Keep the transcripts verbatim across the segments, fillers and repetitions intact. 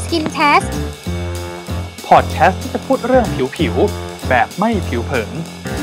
Skincast พอดแคสต์ที่จะพูดเรื่องผิวๆแบบไม่ผิวเผิน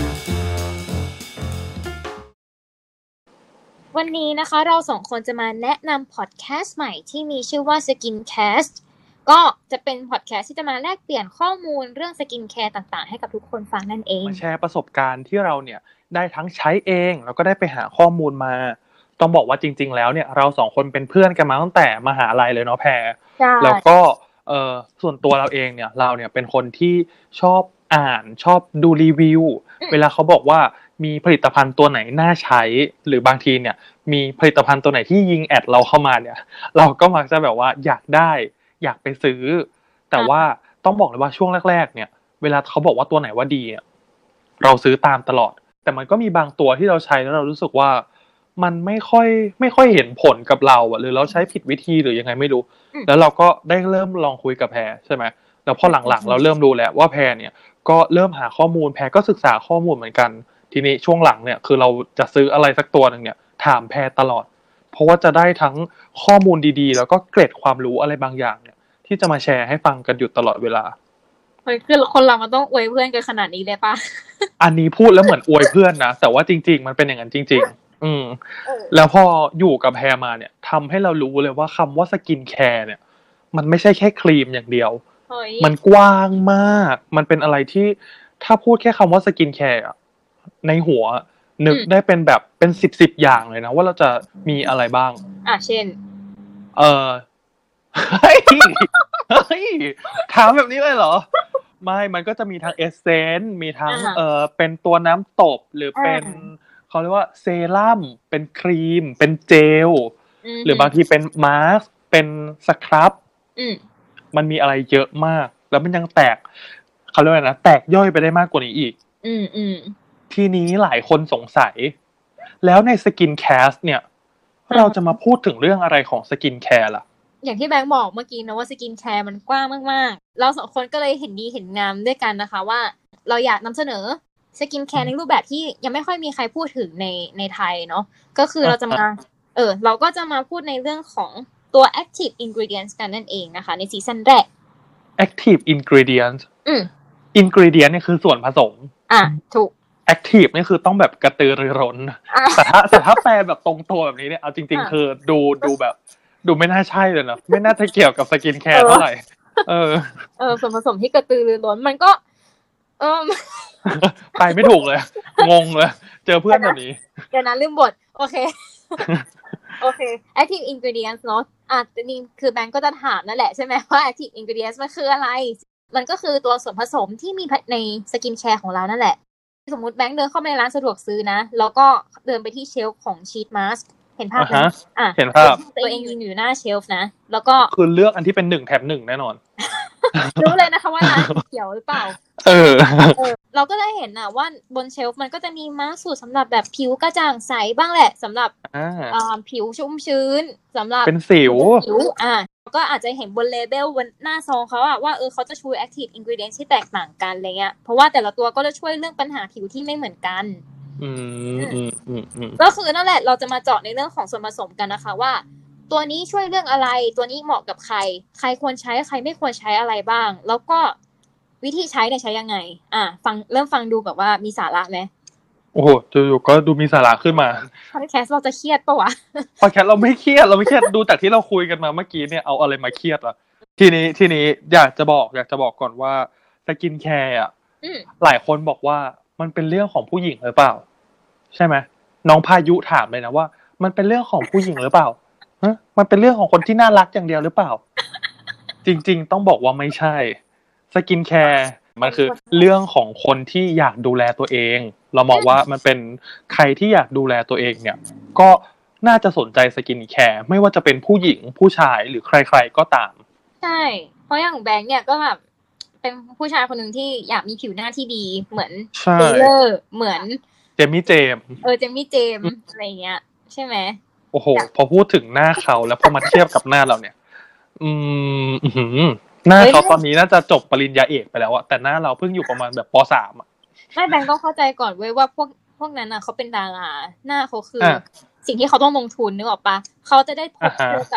วันนี้นะคะเราสองคนจะมาแนะนำพอดแคสต์ใหม่ที่มีชื่อว่า Skincast ก็จะเป็นพอดแคสต์ที่จะมาแลกเปลี่ยนข้อมูลเรื่องสกินแคร์ต่างๆให้กับทุกคนฟังนั่นเองมาแชร์ประสบการณ์ที่เราเนี่ยได้ทั้งใช้เองแล้วก็ได้ไปหาข้อมูลมาต้องบอกว่าจริงๆแล้วเนี่ยเราสองคนเป็นเพื่อนกันมาตั้งแต่มหาลัยเลยเนาะแพรแล้วก็เอ่อส่วนตัวเราเองเนี่ยเราเนี่ยเป็นคนที่ชอบอ่านชอบดูรีวิวเวลาเขาบอกว่ามีผลิตภัณฑ์ตัวไหนน่าใช้หรือบางทีเนี่ยมีผลิตภัณฑ์ตัวไหนที่ยิงแอดเราเข้ามาเนี่ยเราก็มักจะแบบว่าอยากได้อยากไปซื้อแต่ว่าต้องบอกเลยว่าช่วงแรกๆเนี่ยเวลาเขาบอกว่าตัวไหนว่าดีเนี่ยเราซื้อตามตลอดแต่มันก็มีบางตัวที่เราใช้แล้วเรารู้สึกว่ามันไม่ค่อยไม่ค่อยเห็นผลกับเราอ่ะหรือเราใช้ผิดวิธีหรือยังไงไม่รู้แล้วเราก็ได้เริ่มลองคุยกับแพรใช่ไหมแล้วพอหลังๆเราเริ่มรู้แล้วว่าแพรเนี่ยก็เริ่มหาข้อมูลแพรก็ศึกษาข้อมูลเหมือนกันทีนี้ช่วงหลังเนี่ยคือเราจะซื้ออะไรสักตัวนึงเนี่ยถามแพรตลอดเพราะว่าจะได้ทั้งข้อมูลดีๆแล้วก็เกร็ดความรู้อะไรบางอย่างเนี่ยที่จะมาแชร์ให้ฟังกันอยู่ตลอดเวลาเฮ้ยคือคนเรามันต้องอวยเพื่อนกันขนาดนี้เลยป่ะอันนี้พูดแล้วเหมือนอวยเพื่อนนะแต่ว่าจริงๆมันเป็นอย่างนั้นจริงๆอืมแล้วพออยู่กับแพรมาเนี่ยทำให้เรารู้เลยว่าคำว่าสกินแคร์เนี่ยมันไม่ใช่แค่ครีมอย่างเดียวมันกว้างมากมันเป็นอะไรที่ถ้าพูดแค่คำว่าสกินแคร์ในหัวนึกได้เป็นแบบเป็นสิบสิบอย่างเลยนะว่าเราจะมีอะไรบ้างอ่ะเช่นเออเฮ้ยเฮ้ยถามแบบนี้เลยเหรอไม่มันก็จะมีทั้งเอสเซนส์มีทั้งเออเป็นตัวน้ำตบหรือเป็นเขาเรียกว่าเซรั่มเป็นครีมเป็นเจลหรือบางทีเป็นมาสก์เป็นสครับมันมีอะไรเยอะมากแล้วมันยังแตกเขาเรียกว่านะแตกย่อยไปได้มากกว่านี้อีกอืมอืมทีนี้หลายคนสงสัยแล้วในสกินแคสเนี่ยเราจะมาพูดถึงเรื่องอะไรของสกินแคร์ล่ะอย่างที่แบงค์บอกเมื่อกี้นะว่าสกินแคร์มันกว้างมากๆเราสองคนก็เลยเห็นดีเห็นงามด้วยกันนะคะว่าเราอยากนำเสนอสกินแคร์ในรูปแบบที่ยังไม่ค่อยมีใครพูดถึงในในไทยเนาะก็คือเราจะมาเออเราก็จะมาพูดในเรื่องของตัว active ingredients กันนั่นเองนะคะในซีซั่นแรก active ingredients อืม ingredient เนี่ยคือส่วนผสมอ่ะถูก active นี่คือต้องแบบกระตือรือร้นแต่ถ้าแต่ถ้าแปลแบบตรงตัวแบบนี้เนี่ยเอาจริงๆคือดูดูแบบดูไม่น่าใช่เลยนะไม่น่าจะเกี่ยวกับสกินแคร์เท่าไหร่เออเออส่วนผสมที่กระตือรือร้นมันก็เออไปไม่ถูกเลยงงเลยเจอเพื่อนแบบนี้เดี๋ยวนะลืมบทโอเคโอเค active ingredients เนาะอ่ะนี่คือแบงก์ก็จะถามนั่นแหละใช่ไหมว่า active ingredients มันคืออะไรมันก็คือตัวส่วนผสมที่มีในสกินแคร์ของเรานั่นแหละสมมุติแบงก์เดินเข้ามาในร้านสะดวกซื้อนะแล้วก็เดินไปที่เชลฟ์ของชีทมาสก์เห็นภาพไหมอ่ะเห็นภาพตัวเองยืนอยู่หน้าเชลฟ์นะแล้วก็คือเลือกอันที่เป็นหนึ่งแถมหนึ่งแน่นอนรู้เลยนะคะว่าร้านเขียวหรือเปล่าเออเราก็ได้เห็นนะว่าบนเชลฟ์มันก็จะมีมาสก์สูตรสำหรับแบบผิวกระจ่างใสบ้างแหละสำหรับอ่าผิวชุ่มชื้นสำหรับเป็นสิวอ่าก็อาจจะเห็นบนเลเบลบนหน้าซองเขาอะว่าเออเขาจะช่วย active ingredient ที่แตกต่างกันอะไรเงี้ยเพราะว่าแต่ละตัวก็จะช่วยเรื่องปัญหาผิวที่ไม่เหมือนกันอืมอืมอืมอืมก็คือนั่นแหละเราจะมาเจาะในเรื่องของส่วนผสมกันนะคะว่าตัวนี้ช่วยเรื่องอะไรตัวนี้เหมาะกับใครใครควรใช้ใครไม่ควรใช้อะไรบ้างแล้วก็วิธีใช้เนี่ยใช้ยังไงอ่ะฟังเริ่มฟังดูแบบว่ามีสาระไหมโอ้โหอยู่ๆก็ดูมีสาระขึ้นมาพอดแคสต์เราจะเครียดปะวะพอดแคสต์เราไม่เครียดเราไม่เครียดดูจากที่เราคุยกันมาเมื่อกี้เนี่ยเอาอะไรมาเครียดล่ะทีนี้ทีนี้อยากจะบอกอยากจะบอกก่อนว่าสกินแคร์อ่ะหลายคนบอกว่ามันเป็นเรื่องของผู้หญิงหรือเปล่าใช่ไหมน้องพายุถามเลยนะว่ามันเป็นเรื่องของผู้หญิงหรือเปล่าฮะมันเป็นเรื่องของคนที่น่ารักอย่างเดียวหรือเปล่าจริงๆต้องบอกว่าไม่ใช่สกินแคร์มันคือเรื่องของคนที่อยากดูแลตัวเองเรามองว่ามันเป็นใครที่อยากดูแลตัวเองเนี่ยก็น่าจะสนใจสกินแคร์ไม่ว่าจะเป็นผู้หญิงผู้ชายหรือใครๆก็ตามใช่เพราะอย่างแบงค์เนี่ยก็แบบเป็นผู้ชายคนหนึ่งที่อยากมีผิวหน้าที่ดีเหมือนเทเลอร์เหมือนเจมี่เจมเออเจมี่เจมอะไรเงี้ยใช่ไหมโอ้โหพอพูดถึงหน้าเขาแล้วพอมาเทียบกับหน้าเราเนี่ยอืมหน้าเขาตอนนี้น่าจะจบปริญญาเอกไปแล้วอะแต่หน้าเราเพิ่งอยู่ประมาณแบบป.สาม อะไม่แบงก์ต้องเข้าใจก่อนเว้ยว่าพวกพวกนั้นน่ะเขาเป็นดาราหน้าเขาคือสิ่งที่เขาต้องลงทุนนึกออกปะเขาจะได้พบเจอกับ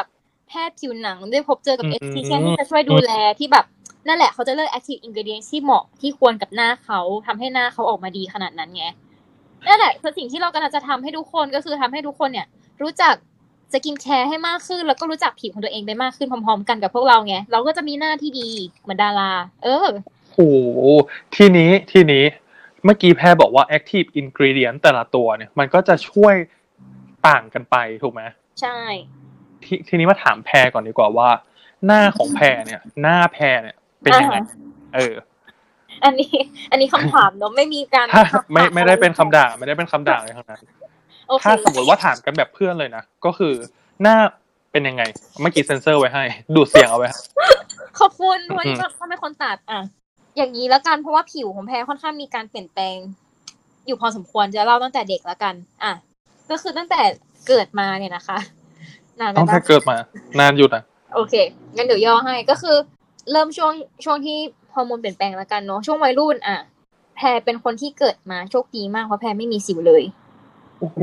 แพทย์ผิวหนังได้พบเจอกับ esthetician ที่จะช่วยดูแลที่แบบนั่นแหละเขาจะเลือก active ingredient ที่เหมาะที่ควรกับหน้าเขาทำให้หน้าเขาออกมาดีขนาดนั้นไงนั่นแหละคือสิ่งที่เรากำลังจะทำให้ทุกคนก็คือทำให้ทุกคนเนี่ยรู้จักสกินแคร์ให้มากขึ้นแล้วก็รู้จักผิวของตัวเองไปมากขึ้นพร้อมๆกันกับพวกเราไงเราก็จะมีหน้าที่ดีเหมือนดาราเออโอ้ทีนี้ทีนี้เมื่อกี้แพรบอกว่า active ingredient แต่ละตัวเนี่ยมันก็จะช่วยต่างกันไปถูกไหมใช่ททีนี้มาถามแพรก่อนดีกว่าว่าหน้าของแพรเนี่ยหน้าแพรเนี่ยเป็นยังไงเอออันนี้อันนี้คำถามเนาะไม่มีการไม่ไม่ได้เป็นคำด่าไม่ได้เป็นคำด่าเลยทั้งนั้นถ้าสมมติว่าถามกันแบบเพื่อนเลยนะก็คือหน้าเป็นยังไงเมื่อกี้เซ็นเซอร์ไว้ให้ดูดเสียงเอาไว้ขอบคุณวันนี้ก็เป็นคนตัดอ่ะอย่างนี้แล้วกันเพราะว่าผิวของแพรค่อนข้างมีการเปลี่ยนแปลงอยู่พอสมควรจะเล่าตั้งแต่เด็กแล้วกันอ่ะก็คือตั้งแต่เกิดมาเนี่ยนะคะนานตั้งแต่เกิดมานานอยู่นะโอเคงั้นเดี๋ยวย่อให้ก็คือเริ่มช่วงช่วงที่ฮอร์โมนเปลี่ยนแปลงแล้วกันเนาะช่วงวัยรุ่นอ่ะแพรเป็นคนที่เกิดมาโชคดีมากเพราะแพรไม่มีสิวเลยโอ้โห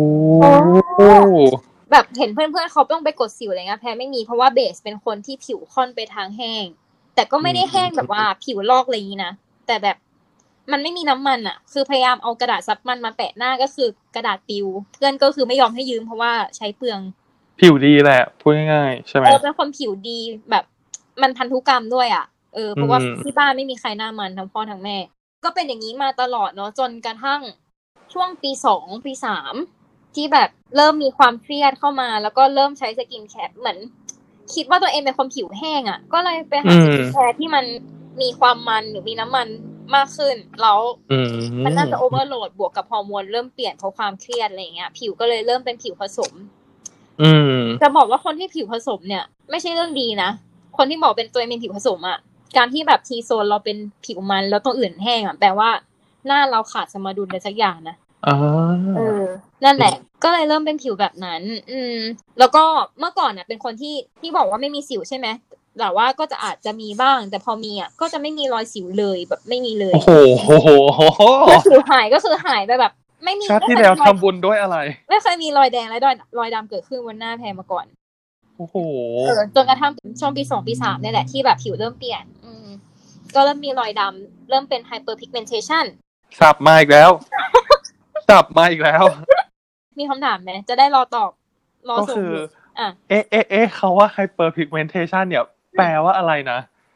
แบบเห็นเพื่อนๆเขาต้องไปกดสิวอะไรเงี้ยแพรไม่มีเพราะว่าเบสเป็นคนที่ผิวค่อนไปทางแห้งแต่ก็ไม่ได้แห้งแบบว่าผิวลอกอะไรอย่างนี้นะแต่แบบมันไม่มีน้ำมันอ่ะคือพยายามเอากระดาษซับมันมาแปะหน้าก็คือกระดาษปิวเพื่อนก็คือไม่ยอมให้ยืมเพราะว่าใช้เปลืองผิวดีแหละพูดง่ายๆใช่ไหมเออเป็นคนผิวดีแบบมันพันธุกรรมด้วยอ่ะเออเพราะว่าที่บ้านไม่มีใครหน้ามันทั้งพ่อทั้งแม่ก็เป็นอย่างนี้มาตลอดเนาะจนกระทั่งช่วงปีสองปีสามที่แบบเริ่มมีความเครียดเข้ามาแล้วก็เริ่มใช้สกินแคร์เหมือนคิดว่าตัวเองเป็นคนผิวแห้งอ่ะก็เลยไปหาสกินแคร์ที่มันมีความมันหรือมีน้ำมันมากขึ้นแล้วมันน่าจะโอเวอร์โหลดบวกกับฮอร์โมนเริ่มเปลี่ยนเพราะความเครียดอะไรเงี้ยผิวก็เลยเริ่มเป็นผิวผสมจะบอกว่าคนที่ผิวผสมเนี่ยไม่ใช่เรื่องดีนะคนที่บอกเป็นตัวเองเป็นผิวผสมอ่ะการที่แบบทีโซนเราเป็นผิวมันแล้วตัวอื่นแห้งอ่ะแปลว่าหน้าเราขาดสมดุลในสักอย่างนะอ๋อเออนั่นแหละก็เลยเริ่มเป็นผิวแบบนั้นอืมแล้วก็เมื่อก่อนน่ะเป็นคนที่ที่บอกว่าไม่มีสิวใช่ไหมแต่ว่าก็จะอาจจะมีบ้างแต่พอมีอ่ะก็จะไม่มีรอยสิวเลยแบบไม่มีเลยโอ้โหคือสิวหายก็คือหายไปแบบไม่มีชาติที่แล้วทำบุญด้วยอะไรไม่เคยมีรอยแดงและรอยรอยดำเกิดขึ้นบนหน้าแพรมาก่อนโอ้โหเออจนกระทั่งช่วงปีสองปีสามนี่แหละที่แบบผิวเริ่มเปลี่ยนอืมก็เริ่มมีรอยดำเริ่มเป็น hyperpigmentation สับมาอีกแล้วสับมาอีกแล้วมีคำถามไหมจะได้รอตอบรอส่งก็คืออ่ะเอ๊ะเอ๊ะเอ๊ะเขาว่า hyperpigmentation เนี่ยแปลว่าอะไรนะ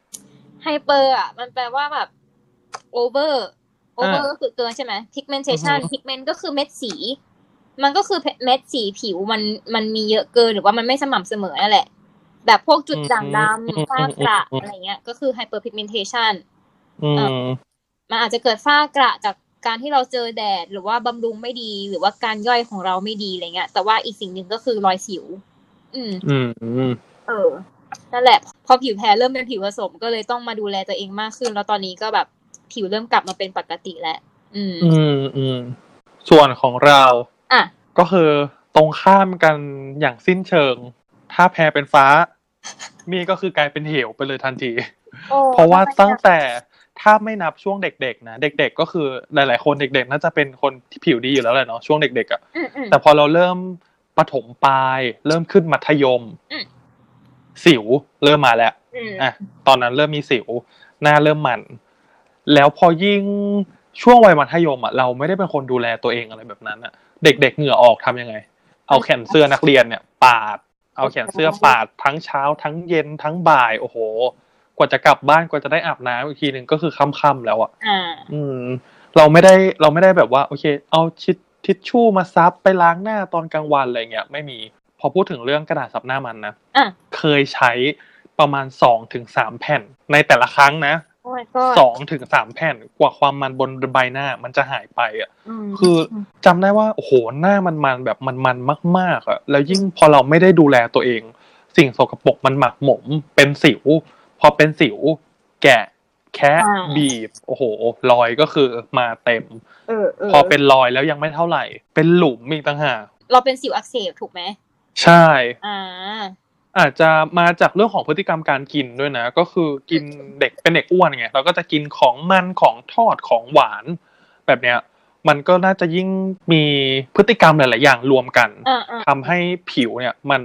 hyper อ่ะมันแปลว่าแบบ over over ก็คือเกินใช่ไหม pigmentation pigment ก็คือเม็ดสีมันก็คือเม็ดสีผิวมันมันมีเยอะเกินหรือว่ามันไม่สม่ำเสมอนั่นแหละแบบพวกจุดด่างดำฝ้ากระอะไรเงี้ยก็คือ hyperpigmentation อืมมันอาจจะเกิดฝ้ากระจากการที่เราเจอแดดหรือว่าบำรุงไม่ดีหรือว่าการย่อยของเราไม่ดีอะไรเงี้ยแต่ว่าอีกสิ่งหนึ่งก็คือรอยสิวอืมอืมเออนั่นแหละพอผิวแพ้เริ่มเป็นผิวผสมก็เลยต้องมาดูแลตัวเองมากขึ้นแล้วตอนนี้ก็แบบผิวเริ่มกลับมาเป็นปกติแล้วอืมอืมอืมส่วนของเราอ่ะก็คือตรงข้ามกันอย่างสิ้นเชิงถ้าแพ้เป็นฟ้ามีก็คือกลายเป็นเหวไปเลยทันทีเพราะว่าตั้งแต่ถ้าไม่นับช่วงเด็กๆนะเด็กๆก็คือหลายๆคนเด็กๆน่าจะเป็นคนที่ผิวดีอยู่แล้วแหละเนาะช่วงเด็กๆอ่ะแต่พอเราเริ่มประถมปลายเริ่มขึ้นมัธยมสิวเริ่มมาแล้วอ่ะตอนนั้นเริ่มมีสิวหน้าเริ่มมันแล้วพอยิ่งช่วงวัยมัธยมอ่ะเราไม่ได้เป็นคนดูแลตัวเองอะไรแบบนั้นอ่ะเด็กๆเหงื่อออกทำยังไงเอาแขนเสื้อนักเรียนเนี่ยปาดเอาแขนเสื้อปาดทั้งเช้าทั้งเย็นทั้งบ่ายโอ้โหกว่าจะกลับบ้านกว่าจะได้อาบน้ำอีกทีนึงก็คือค่ำๆแล้วอ่ะอืมเราไม่ได้เราไม่ได้แบบว่าโอเคเอาชิดทิชชู่มาซับไปล้างหน้าตอนกลางวันอะไรเงี้ยไม่มีพอพูดถึงเรื่องกระดาษซับหน้ามันนะเคยใช้ประมาณ สองถึงสาม แผ่นในแต่ละครั้งนะ สองถึงสาม แผ่นกว่าความมันบนใบหน้ามันจะหายไปอ่ะคือจำได้ว่าโอ้โหหน้ามันมันแบบมันมันมากๆอ่ะแล้วยิ่งพอเราไม่ได้ดูแลตัวเองสิ่งสกปรกมันหมักหมมเป็นสิวพอเป็นสิวแกะแคะบีบโอ้โหรอยก็คือมาเต็มพอเป็นรอยแล้วยังไม่เท่าไหร่เป็นหลุมอีกต่างหากเราเป็นสิวอักเสบถูกไหมใช่อ่าอาจจะมาจากเรื่องของพฤติกรรมการกินด้วยนะก็คือกินเด็กเป็นเด็กอ้วนไงเราก็จะกินของมันของทอดของหวานแบบเนี้ยมันก็น่าจะยิ่งมีพฤติกรรมหลายๆอย่างรวมกันทำให้ผิวเนี่ยมัน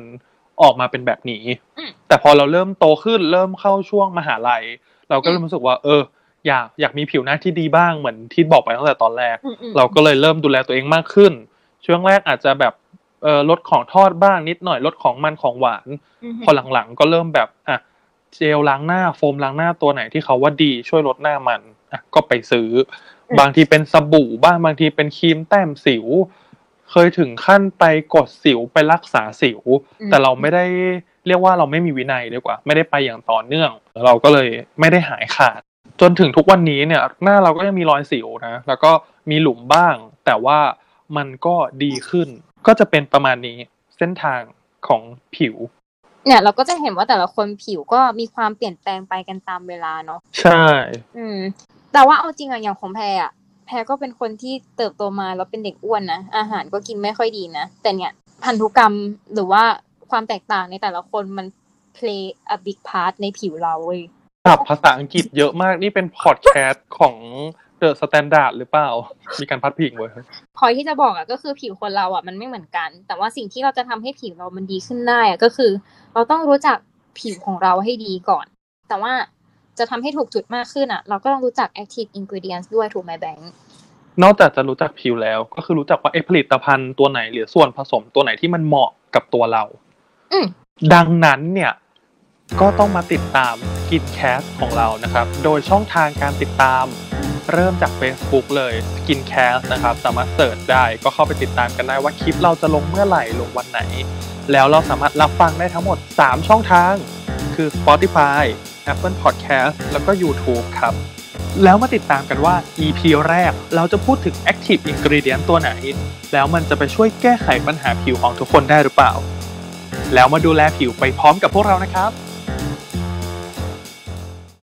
ออกมาเป็นแบบนี้แต่พอเราเริ่มโตขึ้นเริ่มเข้าช่วงมหาลัยเราก็เริ่มรู้สึกว่าเอออยากอยากมีผิวหน้าที่ดีบ้างเหมือนที่บอกไปตั้งแต่ตอนแรกเราก็เลยเริ่มดูแลตัวเองมากขึ้นช่วงแรกอาจจะแบบเออลดของทอดบ้างนิดหน่อยลดของมันของหวานพอหลังๆก็เริ่มแบบอ่ะเจลล้างหน้าโฟมล้างหน้าตัวไหนที่เขาว่าดีช่วยลดหน้ามันอ่ะก็ไปซื้อบางทีเป็นสบู่บ้างบางทีเป็นครีมแต้มสิวเคยถึงขั้นไปกดสิวไปรักษาสิวแต่เราไม่ได้เรียกว่าเราไม่มีวินัยดีกว่าไม่ได้ไปอย่างต่อเนื่องเราก็เลยไม่ได้หายขาดจนถึงทุกวันนี้เนี่ยหน้าเราก็ยังมีรอยสิวนะแล้วก็มีหลุมบ้างแต่ว่ามันก็ดีขึ้นก็จะเป็นประมาณนี้เส้นทางของผิวเนี่ยเราก็จะเห็นว่าแต่ละคนผิวก็มีความเปลี่ยนแปลงไปกันตามเวลาเนาะใช่อืมแต่ว่าเอาจริงอะอย่างของแพรอะแพรก็เป็นคนที่เติบโตมาแล้วเป็นเด็กอ้วนนะอาหารก็กินไม่ค่อยดีนะแต่เนี่ยพันธุกรรมหรือว่าความแตกต่างในแต่ละคนมัน play a big part ในผิวเราเว้ยศัพท์ภาษาอังกฤษเยอะมากนี่เป็นพอดแคสต์ของ The Standard หรือเปล่ามีการพัดพิงเว้ยพอยที่จะบอกอ่ะก็คือผิวคนเราอ่ะมันไม่เหมือนกันแต่ว่าสิ่งที่เราจะทำให้ผิวเรามันดีขึ้นได้อ่ะก็คือเราต้องรู้จักผิวของเราให้ดีก่อนแต่ว่าจะทำให้ถูกจุดมากขึ้นอ่ะเราก็ต้องรู้จัก active ingredients ด้วยถูกไหมแบงค์นอกจากจะรู้จักผิวแล้วก็คือรู้จักว่าไอ้ผลิตภัณฑ์ตัวไหนหรือส่วนผสมตัวไหนที่มันเหมาะกับตัวเราอืมดังนั้นเนี่ยก็ต้องมาติดตาม Skincast ของเรานะครับโดยช่องทางการติดตามเริ่มจาก Facebook เลย Skincast นะครับสามารถเสิร์ชได้ก็เข้าไปติดตามกันได้ว่าคลิปเราจะลงเมื่อไหร่ลงวันไหนแล้วเราสามารถรับฟังได้ทั้งหมดสามช่องทางคือ Spotify Apple Podcast แล้วก็ YouTube ครับแล้วมาติดตามกันว่า อี พี แรกเราจะพูดถึง Active Ingredient ตัวไหนแล้วมันจะไปช่วยแก้ไขปัญหาผิวของทุกคนได้หรือเปล่าแล้วมาดูแลผิวไปพร้อมกับพวกเรานะครับ